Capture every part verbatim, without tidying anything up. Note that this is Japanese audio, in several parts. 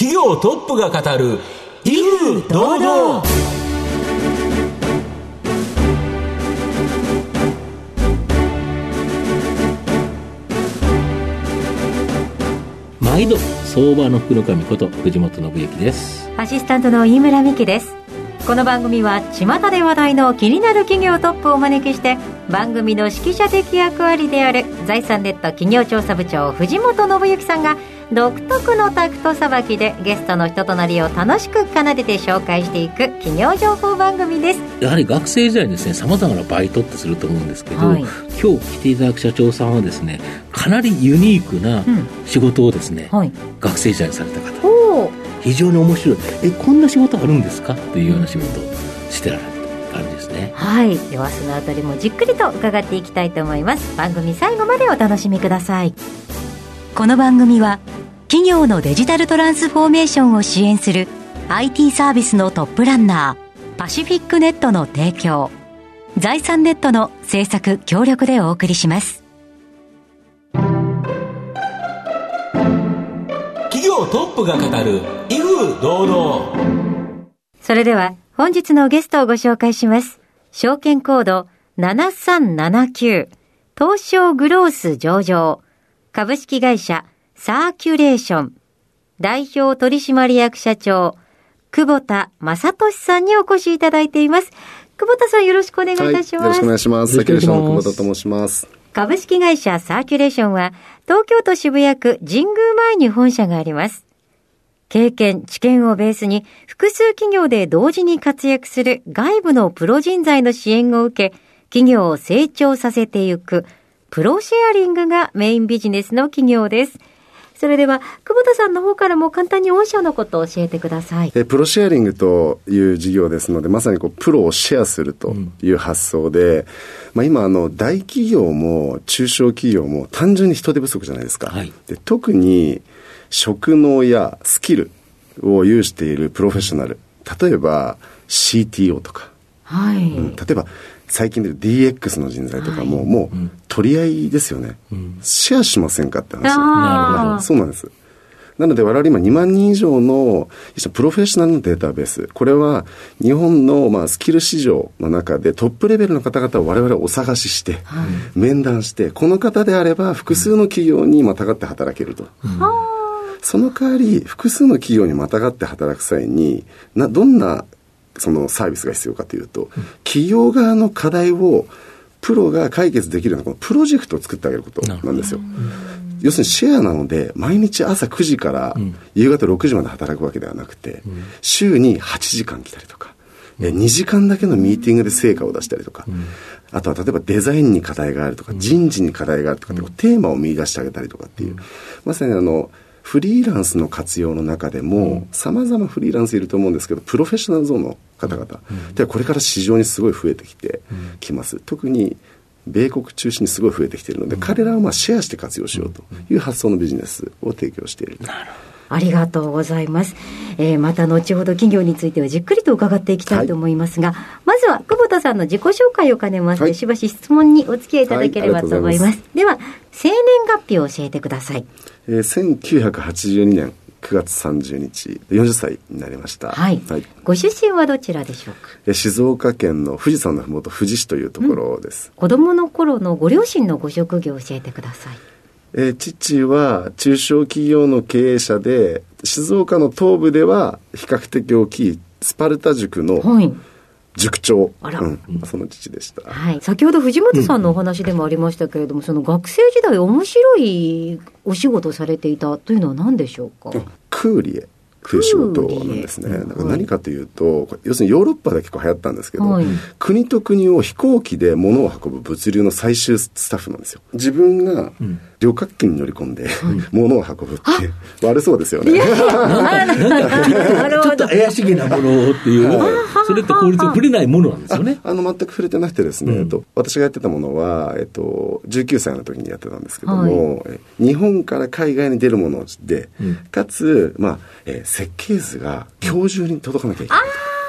企業トップが語る威風堂々。 毎度相場の福の神こと藤本信之です。 アシスタントの飯村美希です。この番組は巷で話題の気になる企業トップをお招きして、番組の指揮者的役割である財産ネット企業調査部長藤本信之さんが独特のタクトさばきでゲストの人となりを楽しく奏でて紹介していく企業情報番組です。 やはり学生時代にですね、様々なバイトってすると思うんですけど、はい、今日来ていただく社長さんはですね、かなりユニークな仕事をですね、うんはい、学生時代にされた方、お非常に面白い。えこんな仕事あるんですかっていうような仕事をしてられる感じですね。 はい、ではそのあたりもじっくりと伺っていきたいと思います。番組最後までお楽しみください。この番組は企業のデジタルトランスフォーメーションを支援する アイティー サービスのトップランナーパシフィックネットの提供、財産ネットの制作協力でお送りします。 企業トップが語る威風堂々。 それでは本日のゲストをご紹介します。証券コードななさんななきゅう東証グロース上場株式会社サーキュレーション代表取締役社長久保田正俊さんにお越しいただいています。久保田さん、よろしくお願いいたします。 はい、よろしくお願いします。サーキュレーションの久保田と申します。 株式会社サーキュレーションは東京都渋谷区神宮前に本社があります。経験、知見をベースに複数企業で同時に活躍する外部のプロ人材の支援を受け、企業を成長させていくプロシェアリングがメインビジネスの企業です。それでは久保田さんの方からも簡単に御社のことを教えてください。 えプロシェアリングという事業ですので、まさにこうプロをシェアするという発想で、うんまあ、今あの大企業も中小企業も単純に人手不足じゃないですか、はい、で特に職能やスキルを有しているプロフェッショナル、例えば シーティーオー とか、はいうん、例えば最近で ディーエックス の人材とかも、はい、もう取り合いですよね、うん、シェアしませんかって話。なそうなんです。なので我々今にまんにん以上のプロフェッショナルのデータベース、これは日本のまあスキル市場の中でトップレベルの方々を我々お探しして、はい、面談して、この方であれば複数の企業にまたがって働けると、うん、その代わり複数の企業にまたがって働く際になどんなそのサービスが必要かというと、うん、企業側の課題をプロが解決できるようなこのプロジェクトを作ってあげることなんですよ。要するにシェアなので毎日朝くじから夕方ろくじまで働くわけではなくて、うん、週にはちじかん来たりとか、うん、にじかんだけのミーティングで成果を出したりとか、うん、あとは例えばデザインに課題があるとか、うん、人事に課題があるとかって、うん、テーマを見出してあげたりとかっていう、うん、まさにあのフリーランスの活用の中でも様々フリーランスいると思うんですけど、プロフェッショナルゾーンの方々、うん、ではこれから市場にすごい増えてきてきます、うん、特に米国中心にすごい増えてきているので、うん、彼らをまあシェアして活用しようという発想のビジネスを提供している。なるほど、 ありがとうございます。えー、また後ほど企業についてはじっくりと伺っていきたいと思いますが、はい、まずは久保田さんの自己紹介を兼ねまして、はい、しばし質問にお付き合いいただければと思います。はい、ますでは生年月日を教えてください。 えー、せんきゅうひゃくはちじゅうにねんくがつさんじゅうにちよんじゅっさいになりました。 はい、はい、ご出身はどちらでしょうか。 え静岡県の富士山のふもと富士市というところです。 うん、子供の頃のご両親のご職業を教えてください。 えー、父は中小企業の経営者で、静岡の東部では比較的大きいスパルタ塾の塾長、あら、うん、その父でした。 はい、先ほど藤本さんのお話でもありましたけれども、うん、その学生時代面白いお仕事をされていたというのは何でしょうか。 クーリエという仕事なんですね。だから何かというと、要するにヨーロッパで結構流行ったんですけど、はい、国と国を飛行機で物を運ぶ物流の最終スタッフなんですよ。自分が旅客機に乗り込んで、うん、物を運ぶって悪そうですよね。いやいやちょっと怪しげなものっていうの、はい、それって法律に触れないものなんですよね。 ああの全く触れてなくてですね、うん、えっと、私がやってたものは、えっと、じゅうきゅうさいの時にやってたんですけども、はい、日本から海外に出るもので、うん、かつ、まあえー、設計図が今日中に届かなきゃいけない。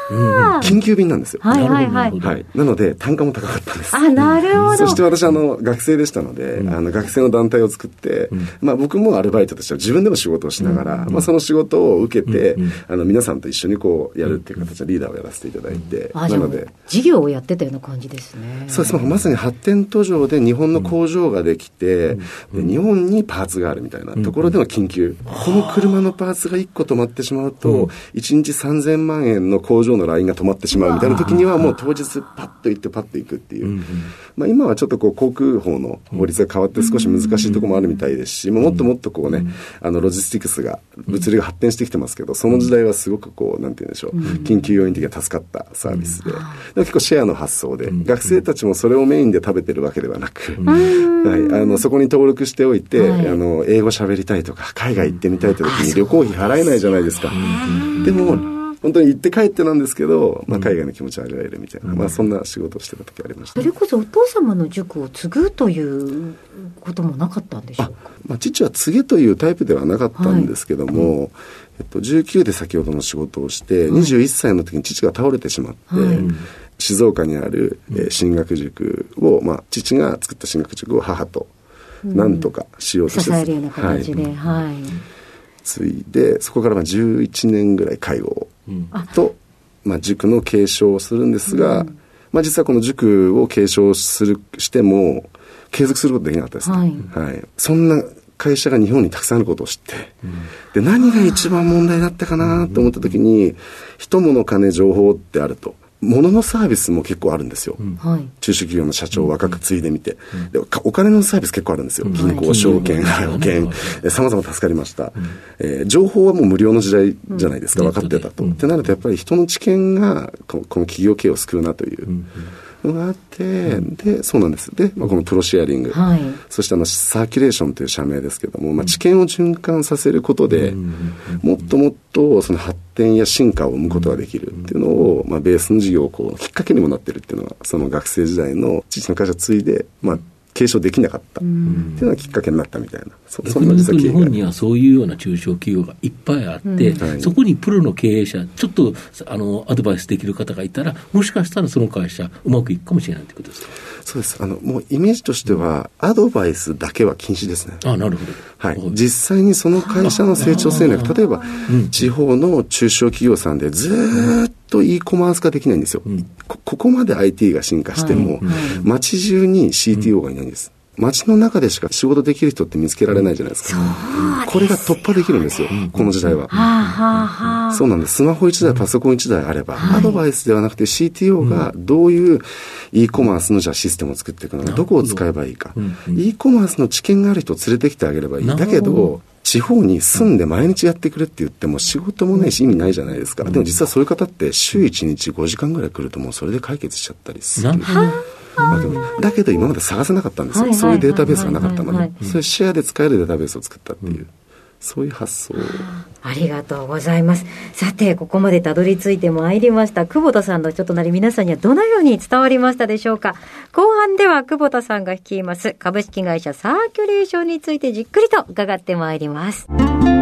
あ、 緊急便なんですよ。 はいはいはい。 はい。なので、単価も高かったんです。 あ、なるほど。 そして私、あの、学生でしたので、うん、あの、学生の団体を作って、うん、まあ僕もアルバイトとしては自分でも仕事をしながら、うん、まあその仕事を受けて、うん、あの、皆さんと一緒にこう、やるっていう形でリーダーをやらせていただいて、 うん、なので。事業をやってたような感じですね。 そうです。まさに発展途上で日本の工場ができて、うん、で日本にパーツがあるみたいなところでの緊急。うん、この車のパーツがいっこ止まってしまうと、うん、いちにちさんぜんまんえんの工場のラインが止まってしまうみたいな時には、もう当日パッと行ってパッと行くっていう。うんうん、まあ今はちょっとこう航空法の法律が変わって少し難しいところもあるみたいですし、うん、もっともっとこうね、あのロジスティクスが、物流が発展してきてますけど、その時代はすごくこう、なんて言うんでしょう、うん、緊急要員的には助かったサービスで、うん、でも結構シェアの発想で、うん、学生たちもそれをメインで食べてるわけではなく、うん、はい、あのそこに登録しておいて、はい、あの英語喋りたいとか海外行ってみたいという時に旅行費払えないじゃないですか。でも本当に行って帰ってなんですけど、まあ、海外の気持ちを味わえるみたいな、うん、まあ、そんな仕事をしてた時ありました、 ね、それこそお父様の塾を継ぐということもなかったんでしょうか。 あ、まあ、父は継げというタイプではなかったんですけども、はい、えっと、じゅうきゅうで先ほどの仕事をして、はい、にじゅういっさいの時に父が倒れてしまって、はい、静岡にある、えー、進学塾を、まあ、父が作った進学塾を母となんとかしようとして、 うん、支えるような形で、はいはい、 継いで、そこからまあじゅういちねんぐらい介護と、うん、まあ、塾の継承をするんですが、うん、まあ、実はこの塾を継承するしても継続することできなかったですね、はいはい、そんな会社が日本にたくさんあることを知って、うん、で何が一番問題だったかなと思った時に、うん、人物金情報ってあると、物のサービスも結構あるんですよ、うん、中小企業の社長を若く継いでみて、うん、でお金のサービス結構あるんですよ、うん、銀行、証券、保険、さまざま助かりました、うん、えー、情報はもう無料の時代じゃないですか、うん、分かってたと、うん、ってなるとやっぱり人の知見がこの、この企業経営を救うなというのがあって、うん、でそうなんですで、まあ、このプロシェアリング、はい、そしてあのサーキュレーションという社名ですけども、まあ、知見を循環させることで、うん、もっともっとその発展や進化を生むことができるっていうのを、まあ、ベースの事業をこうきっかけにもなってるっていうのが、その学生時代の父の会社を継いで、まあ、継承できなかったっていうのがきっかけになったみたいな、そそんな実は日本にはそういうような中小企業がいっぱいあって、うん、はい、そこにプロの経営者、ちょっとあのアドバイスできる方がいたら、もしかしたらその会社うまくいくかもしれないということですか。 そうです。あのもうイメージとしては、うん、アドバイスだけは禁止ですね。 あ、なるほど。 はい。実際にその会社の成長戦略、例えば、うん、地方の中小企業さんでずーっと e コマース化できないんですよ、うん、こ, ここまで アイティー が進化しても、はいはい、街中に シーティーオー がいないんです、うん、街の中でしか仕事できる人って見つけられないじゃないですか、うん、これが突破できるんですよ、うん、この時代は、うん、そうなんです。スマホいちだいパソコンいちだいあれば、はい、アドバイスではなくて シーティーオー がどういう e コマースのじゃあシステムを作っていくのか、どこを使えばいいか、うんうん、e コマースの知見がある人を連れてきてあげればいい。だけど地方に住んで毎日やってくれって言っても仕事もないし意味ないじゃないですか、うん、でも実はそういう方って週いちにちごじかんぐらい来るともうそれで解決しちゃったりする。だけど今まで探せなかったんですよ、はいはい、そういうデータベースがなかったので、はいはいはい、それシェアで使えるデータベースを作ったっていう、うん、そういう発想。 ありがとうございます。さて、ここまでたどり着いてまいりました。久保田さんの人となり、皆さんにはどのように伝わりましたでしょうか。後半では久保田さんが率います株式会社サーキュレーションについてじっくりと伺ってまいります。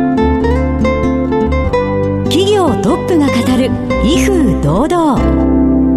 企業トップが語る威風堂々。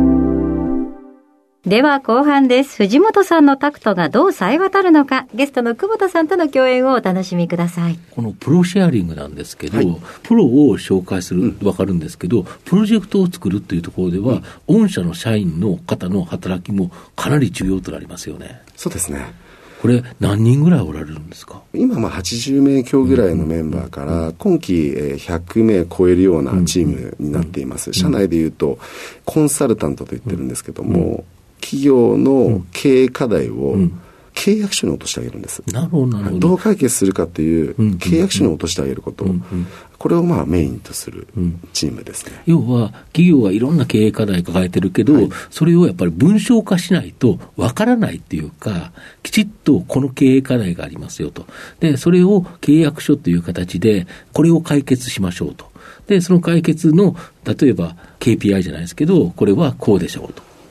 では後半です。藤本さんのタクトがどう冴え渡るのか、ゲストの久保田さんとの共演をお楽しみください。 このプロシェアリングなんですけど、はい、プロを紹介すると分かるんですけど、うん、プロジェクトを作るというところでは、うん、御社の社員の方の働きもかなり重要となりますよね。 そうですね。 これ何人ぐらいおられるんですか。 今まあはちじゅうめい強ぐらいのメンバーから今期ひゃくめい超えるようなチームになっています。社内でいうとコンサルタントと言ってるんですけども、企業の経営課題を契約書に落としてあげるんです。 なるほどなるほど。 どう解決するかという契約書に落としてあげること、これをまあメインとするチームですね。 要は企業はいろんな経営課題抱えてるけど、はい、それをやっぱり文章化しないとわからないっていうか、きちっとこの経営課題がありますよと。で、それを契約書という形でこれを解決しましょうと。で、その解決の例えば ケーピーアイ じゃないですけど、これはこうでしょうと。っ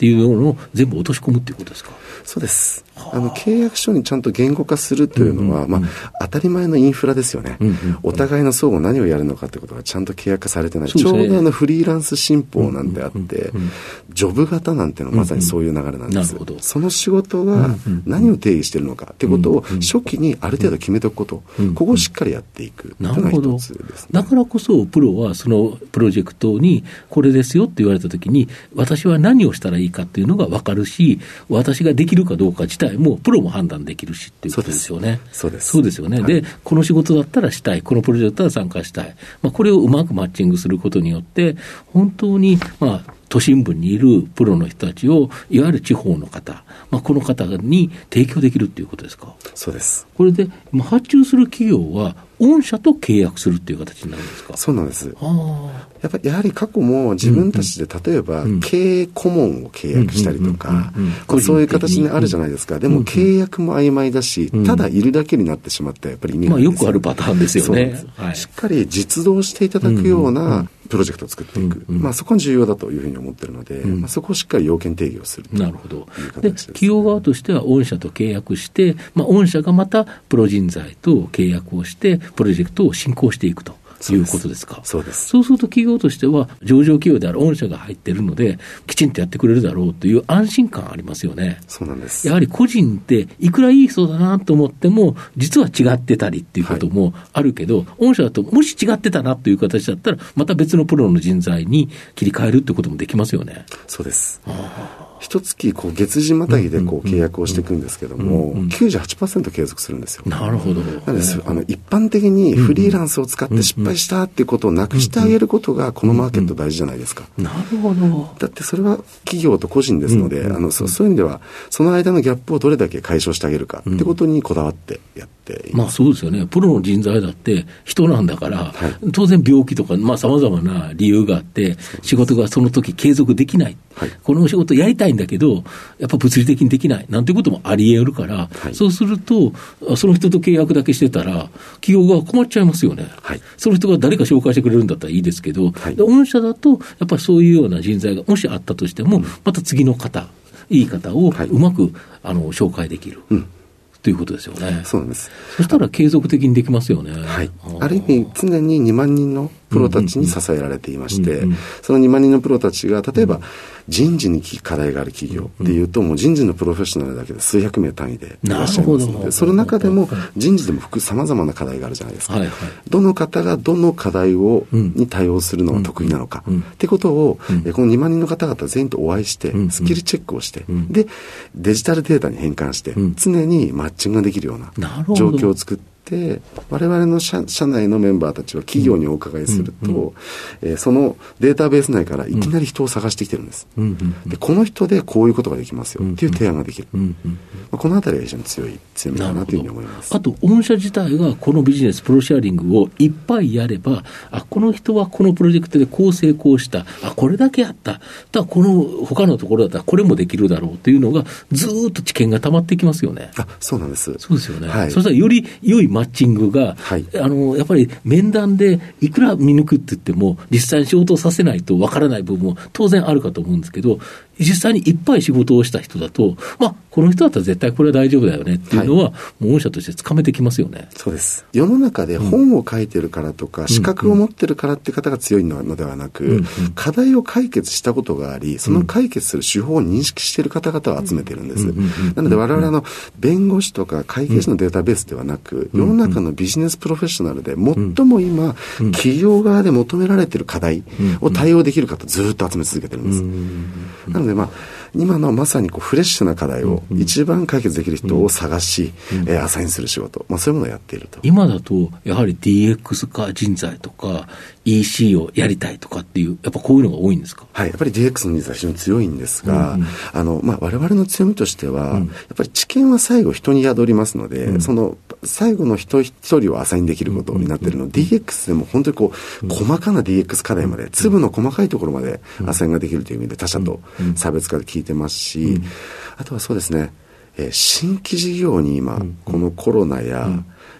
っていうのを全部落とし込むっていうことですか？ そうです。あの契約書にちゃんと言語化するというのは、うんうんうん、まあ、当たり前のインフラですよね、うんうんうん、お互いの相互何をやるのかということがちゃんと契約化されてない、ね、ちょうどあのフリーランス新法なんてあって、うんうんうんうん、ジョブ型なんていうのはまさにそういう流れなんです、うんうん、その仕事が何を定義しているのかということを初期にある程度決めておくこと、うんうん、ここをしっかりやっていくというのが一つですね。 だからこそプロはそのプロジェクトにこれですよって言われたときに私は何をしたらいいかっていうのが分かるし、私ができるかどうか自体もプロも判断できるしっていうことですよね。 そうです。 そうですよね、はい、でこの仕事だったらしたい、このプロジェクトだったら参加したい、まあ、これをうまくマッチングすることによって本当にまあ都心部にいるプロの人たちをいわゆる地方の方、まあ、この方に提供できるということですか？ そうです。 これで発注する企業は御社と契約するという形になるんですか？ そうなんです。やっぱりやはり過去も自分たちで例えば経営顧問を契約したりとかそういう形にあるじゃないですか。でも契約も曖昧だし、ただいるだけになってしまってやっぱり意味がないですよね。 まあ、よくあるパターンですよね。 はい、しっかり実動していただくようなプロジェクトを作っていく、まあ、そこが重要だというふうに思っているので、うんまあ、そこをしっかり要件定義をするという形です。なるほど。 で企業側としては御社と契約して、まあ、御社がまたプロ人材と契約をしてプロジェクトを進行していくということですか？ そうです。 そうすると企業としては上場企業である御社が入っているのできちんとやってくれるだろうという安心感ありますよね。 そうなんです。 やはり個人っていくらいい人だなと思っても実は違ってたりっていうこともあるけど、はい、御社だともし違ってたなという形だったらまた別のプロの人材に切り替えるってこともできますよね。 そうです。一月こう月次またぎでこう契約をしていくんですけども、きゅうじゅうはちパーセント 継続するんですよ。 なるほど。 なんです。あの一般的にフリーランスを使って失敗したっていうことをなくしてあげることがこのマーケット大事じゃないですか。 なるほど。 だってそれは企業と個人ですので、あのそそういう意味ではその間のギャップをどれだけ解消してあげるかってことにこだわってやっています。 まあそうですよね。プロの人材だって人なんだから、はい、当然病気とかまあ様々な理由があって仕事がその時継続できない。はい、この仕事やりたいんだけどやっぱ物理的にできないなんていうこともあり得るから、はい、そうするとその人と契約だけしてたら企業が困っちゃいますよね、はい、その人が誰か紹介してくれるんだったらいいですけど、はい、御社だとやっぱりそういうような人材がもしあったとしても、うん、また次の方いい方をうまく、はい、あの紹介できる、うんということですよね。 そうなんです。 そしたら継続的にできますよね。 はい。ある意味常ににまんにんのプロたちに支えられていまして、うんうんうん、そのにまんにんのプロたちが例えば人事に課題がある企業っていうと、うん、もう人事のプロフェッショナルだけで数百名単位でいらっしゃいますので、その中でも人事でもさまざまな課題があるじゃないですか、はいはい、どの方がどの課題を、うん、に対応するのが得意なのか、うんうん、ってことを、うん、このにまんにんの方々全員とお会いして、うん、スキルチェックをして、うん、でデジタルデータに変換して、うん、常にマッチングができるような状況を作ってで我々の 社, 社内のメンバーたちは企業にお伺いすると、うんうんえー、そのデータベース内からいきなり人を探してきてるんです、うんうんうん、でこの人でこういうことができますよっていう提案ができる、うんうんうんまあ、このあたりが非常に強い強みだなというふうに思います。 あと御社自体がこのビジネスプロシェアリングをいっぱいやればあこの人はこのプロジェクトでこう成功したあこれだけやっただからこの他のところだったらこれもできるだろうというのがずーっと知見が溜まってきますよね。 あそうなんです。 そうですよね、はい、そしたらより良いマッチングがはい、あのやっぱり面談でいくら見抜くって言っても実際に仕事をさせないとわからない部分も当然あるかと思うんですけど実際にいっぱい仕事をした人だと、まあ、この人だったら絶対これは大丈夫だよねっていうのは、はい、もう御社としてつかめてきますよね。 そうです。世の中で本を書いてるからとか、うん、資格を持ってるからって方が強いのではなく、うんうん、課題を解決したことがありその解決する手法を認識している方々を集めているんです、うんうんうん、なので我々の弁護士とか会計士のデータベースではなく、うん、世の中のビジネスプロフェッショナルで最も今、うん、企業側で求められている課題を対応できる方ずっと集め続けてるんです、うんうん、なのでまあ今のまさにこうフレッシュな課題を一番解決できる人を探し、うんうんえー、アサインする仕事、まあ、そういうものをやっていると。 今だとやはり ディーエックス 化人材とか イーシー をやりたいとかっていうやっぱこういうのが多いんですか？ はい、やっぱり ディーエックス のニーズは非常に強いんですが、うんうんあのまあ、我々の強みとしては、うん、やっぱり知見は最後人に宿りますので、うん、その最後の人一人をアサインできることになっているので、うんうん、ディーエックス でも本当にこう、うん、細かな ディーエックス 課題まで、うん、粒の細かいところまでアサインができるという意味で他社と差別化で聞いてますし、うんうん、あとはそうですね、えー、新規事業に今、うん、このコロナや、うん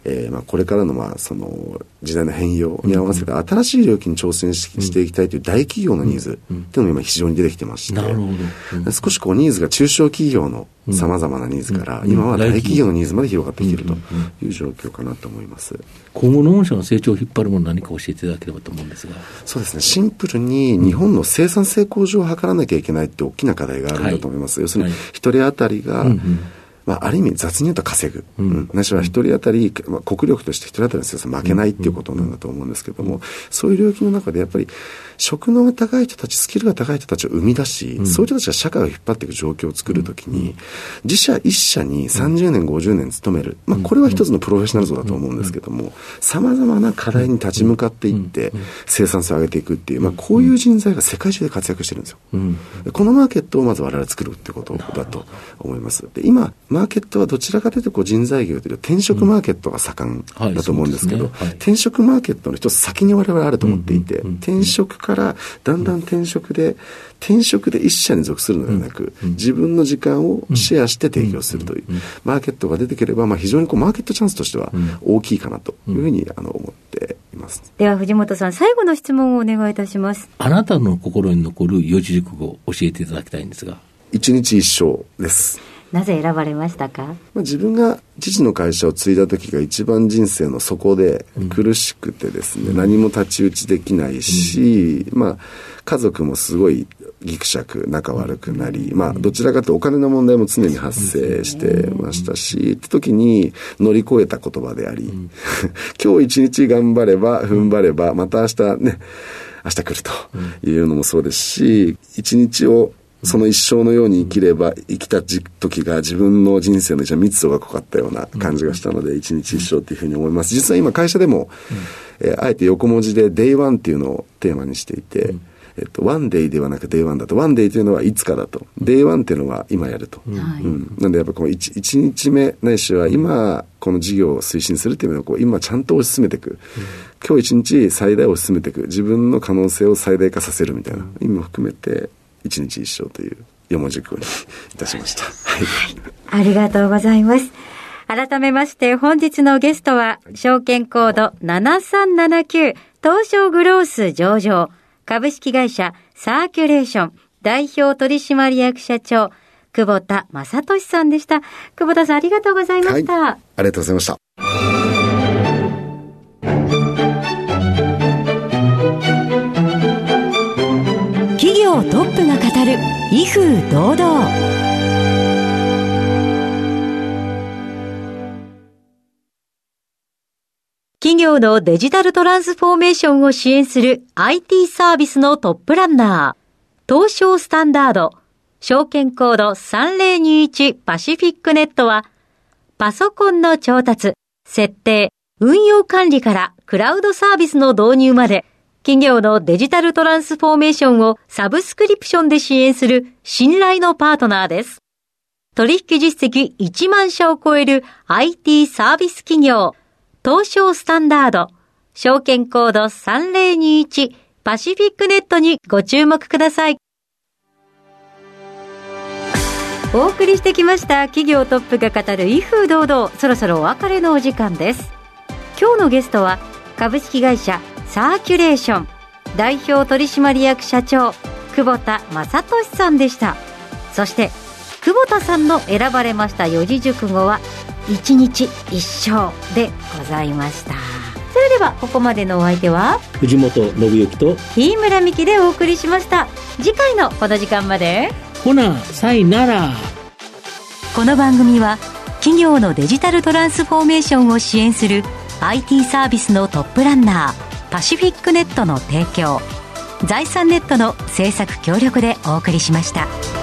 えーまあ、これからのまあその時代の変容に合わせて新しい領域に挑戦 し,、うん、していきたいという大企業のニーズっていうのも今非常に出てきてまして、なるほど、うん、少しこうニーズが中小企業のさまざまなニーズから、うん、今は大企業のニーズまで広がってきているという状況かなと思います。 今後の御社の成長を引っ張るもの何か教えていただければと思うんですが。 そうですね、シンプルに日本の生産性向上を図らなきゃいけないって大きな課題があるんだと思います、はい、要するに一人当たりが、はい、うんうん、まあ、ある意味雑に言うと稼ぐ、うん、ないしは一人当たり、まあ、国力として一人当たりの生産負けないっていうことなんだと思うんですけども、そういう領域の中でやっぱり職能が高い人たち、スキルが高い人たちを生み出し、うん、そういう人たちが社会を引っ張っていく状況を作るときに、うん、自社一社にさんじゅうねん、ごじゅうねん勤める、まあ、これは一つのプロフェッショナル像だと思うんですけども、様々な課題に立ち向かっていって生産性を上げていくっていう、まあ、こういう人材が世界中で活躍してるんですよ、うん、このマーケットをまず我々作るってことだと思います。で、今マーケットはどちらかというとこう人材業という転職マーケットが盛んだと思うんですけど、はい、ね、はい、転職マーケットの一つ先に我々あると思っていて、うんうんうん、転職からだんだん転職で転職で一社に属するのではなく、うんうん、自分の時間をシェアして提供するという、うんうん、マーケットが出てければ、まあ、非常にこうマーケットチャンスとしては大きいかなというふうにあの思っています。 では藤本さん、最後の質問をお願いいたします。 あなたの心に残る四字熟語を教えていただきたいんですが。 一日一生です。 なぜ選ばれましたか？まあ、自分が父の会社を継いだ時が一番人生の底で苦しくてですね、うん、何も太刀打ちできないし、うん、まあ家族もすごいギクシャク仲悪くなり、まあどちらかというとお金の問題も常に発生してましたし、って時に乗り越えた言葉であり、うん、今日一日頑張れば踏ん張ればまた明日ね明日来るというのもそうですし、一日をその一生のように生きれば、生きた時が自分の人生の一番密度が濃かったような感じがしたので、一日一生っていうふうに思います。実は今会社でも、うん、えー、あえて横文字で デイワン っていうのをテーマにしていて、うん、えっと、ワンデイではなく デイワン だと、ワンデイというのはいつかだと、デイワン っていうのは今やると。うんうん、なんでやっぱこの 1, 1日目ないしは今この事業を推進するっていうのをこう今ちゃんと推し進めていく。うん、今日一日最大を推し進めていく。自分の可能性を最大化させるみたいな意味も含めて、一日一生という四文字熟語にいたしました。はい。 ありがとうございます。改めまして本日のゲストは、証券コードななさんななきゅう東証グロース上場株式会社サーキュレーション代表取締役社長久保田正俊さんでした。久保田さん、ありがとうございました。はい、 ありがとうございました。 企業トップが語る威風堂々。企業のデジタルトランスフォーメーションを支援する アイティー サービスのトップランナー、東証スタンダード、証券コードさんぜろにいちパシフィックネットは、パソコンの調達、設定、運用管理からクラウドサービスの導入まで、企業のデジタルトランスフォーメーションをサブスクリプションで支援する信頼のパートナーです。取引実績いちまんしゃを超える アイティー サービス企業、東証スタンダード、証券コードさんぜろにいちパシフィックネットにご注目ください。お送りしてきました企業トップが語る威風堂々、そろそろお別れのお時間です。今日のゲストは株式会社サーキュレーション代表取締役社長久保田正俊さんでした。そして久保田さんの選ばれました四字熟語は一日一生でございました。それではここまでのお相手は藤本信之と飯村美希でお送りしました。次回のこの時間までほなさいなら。 この番組は企業のデジタルトランスフォーメーションを支援する アイティー サービスのトップランナーパシフィックネットの提供、財産ネットの制作協力でお送りしました。